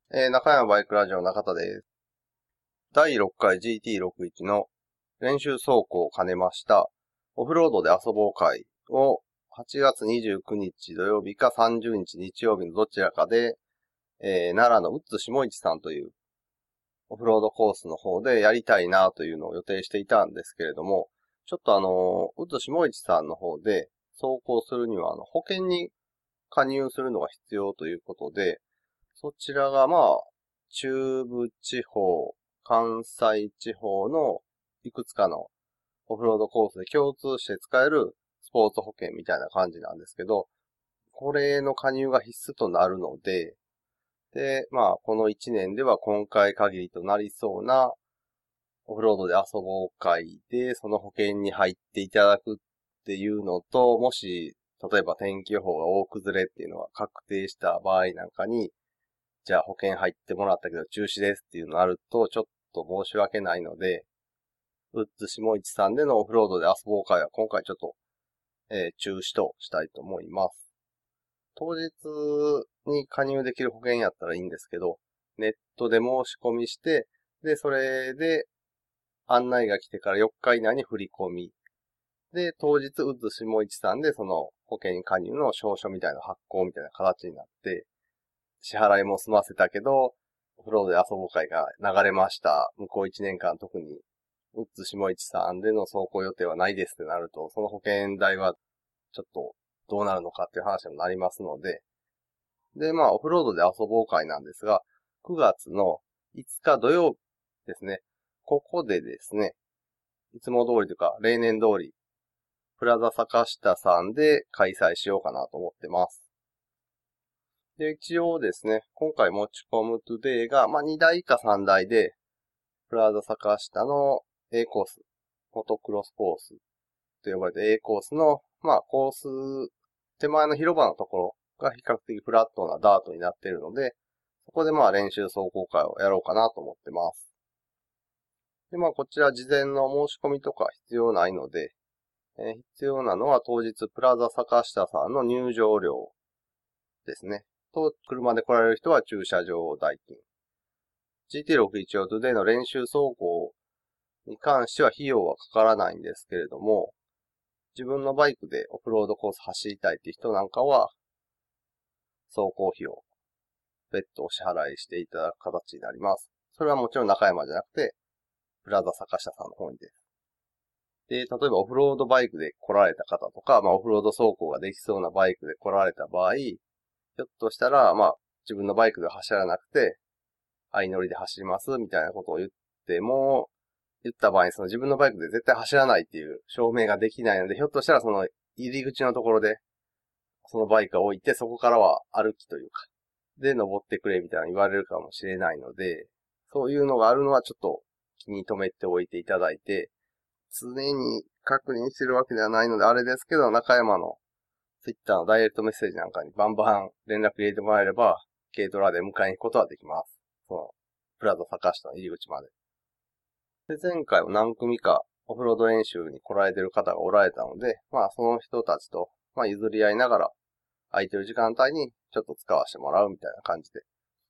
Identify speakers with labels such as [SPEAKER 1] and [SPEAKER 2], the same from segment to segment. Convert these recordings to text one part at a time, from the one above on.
[SPEAKER 1] 中山バイクラジオ中田です。第6回 GT61 の練習走行を兼ねましたオフロードで遊ぼう会を8月29日土曜日か30日日曜日のどちらかで、奈良のウッズ下市さんというオフロードコースの方でやりたいなというのを予定していたんですけれども、ちょっとウッズ下市さんの方で走行するには保険に加入するのが必要ということで、そちらが中部地方、関西地方のいくつかのオフロードコースで共通して使えるスポーツ保険みたいな感じなんですけど、これの加入が必須となるので、この1年では今回限りとなりそうなオフロードで遊ぼう会でその保険に入っていただくっていうのと、もし、例えば天気予報が大崩れっていうのが確定した場合なんかに、じゃあ保険入ってもらったけど中止ですっていうのがあるとちょっと申し訳ないので、ウッズ下市さんでのオフロードで遊ぼう会は今回ちょっと、中止としたいと思います。当日に加入できる保険やったらいいんですけど、ネットで申し込みして、で、それで案内が来てから4日以内に振り込み、で、当日ウッズ下市さんでその保険加入の証書みたいな発行みたいな形になって、支払いも済ませたけど、オフロードで遊ぼう会が流れました。向こう1年間特に、ウッズ下市さんでの走行予定はないですってなると、その保険代はちょっとどうなるのかっていう話にもなりますので、で、オフロードで遊ぼう会なんですが、9月の5日土曜日ですね。ここでですね、いつも通りというか、例年通り、プラザ坂下さんで開催しようかなと思ってます。で、一応ですね、今回持ち込むトゥデイが、2台か3台で、プラザ坂下の A コース、モトクロスコースと呼ばれて A コースの、コース、手前の広場のところが比較的フラットなダートになっているので、そこで練習走行会をやろうかなと思ってます。で、こちら事前の申し込みとか必要ないので、必要なのは当日プラザ坂下さんの入場料ですね。と、車で来られる人は駐車場代金。GT61 オトでの練習走行に関しては費用はかからないんですけれども、自分のバイクでオフロードコース走りたいっていう人なんかは、走行費を別途お支払いしていただく形になります。それはもちろん中山じゃなくて、プラザ坂下さんの方にです。で、例えばオフロードバイクで来られた方とか、オフロード走行ができそうなバイクで来られた場合、ひょっとしたら、自分のバイクで走らなくて、相乗りで走りますみたいなことを言っても、言った場合にその自分のバイクで絶対走らないっていう証明ができないので、ひょっとしたらその入り口のところで、そのバイクを置いて、そこからは歩きというか、で登ってくれみたいな言われるかもしれないので、そういうのがあるのはちょっと気に留めておいていただいて、常に確認してるわけではないのであれですけど、中山のツイッターのダイレクトメッセージなんかにバンバン連絡入れてもらえれば、軽トラで迎えに行くことはできます。その、プラザ坂下の入り口まで。で、前回も何組かオフロード練習に来られてる方がおられたので、その人たちと、譲り合いながら、空いてる時間帯にちょっと使わせてもらうみたいな感じで。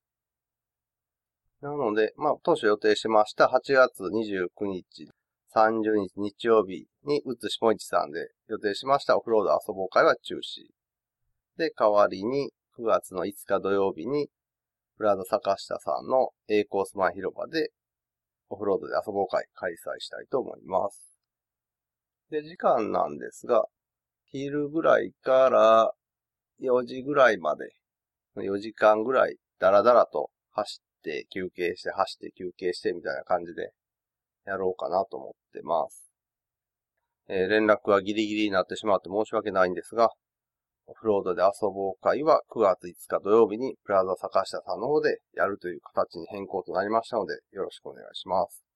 [SPEAKER 1] なので、当初予定しました8月29日、30日日曜日にウッズ下市さんで予定しましたオフロード遊ぼう会は中止。で、代わりに9月の5日土曜日にプラザ坂下さんの A コース前広場でオフロードで遊ぼう会開催したいと思います。で、時間なんですが、昼ぐらいから4時ぐらいまで、4時間ぐらいダラダラと走って休憩して走って休憩してみたいな感じでやろうかなと思ってます。連絡はギリギリになってしまって申し訳ないんですが、オフロードで遊ぼう会は9月5日土曜日にプラザ坂下さんの方でやるという形に変更となりましたのでよろしくお願いします。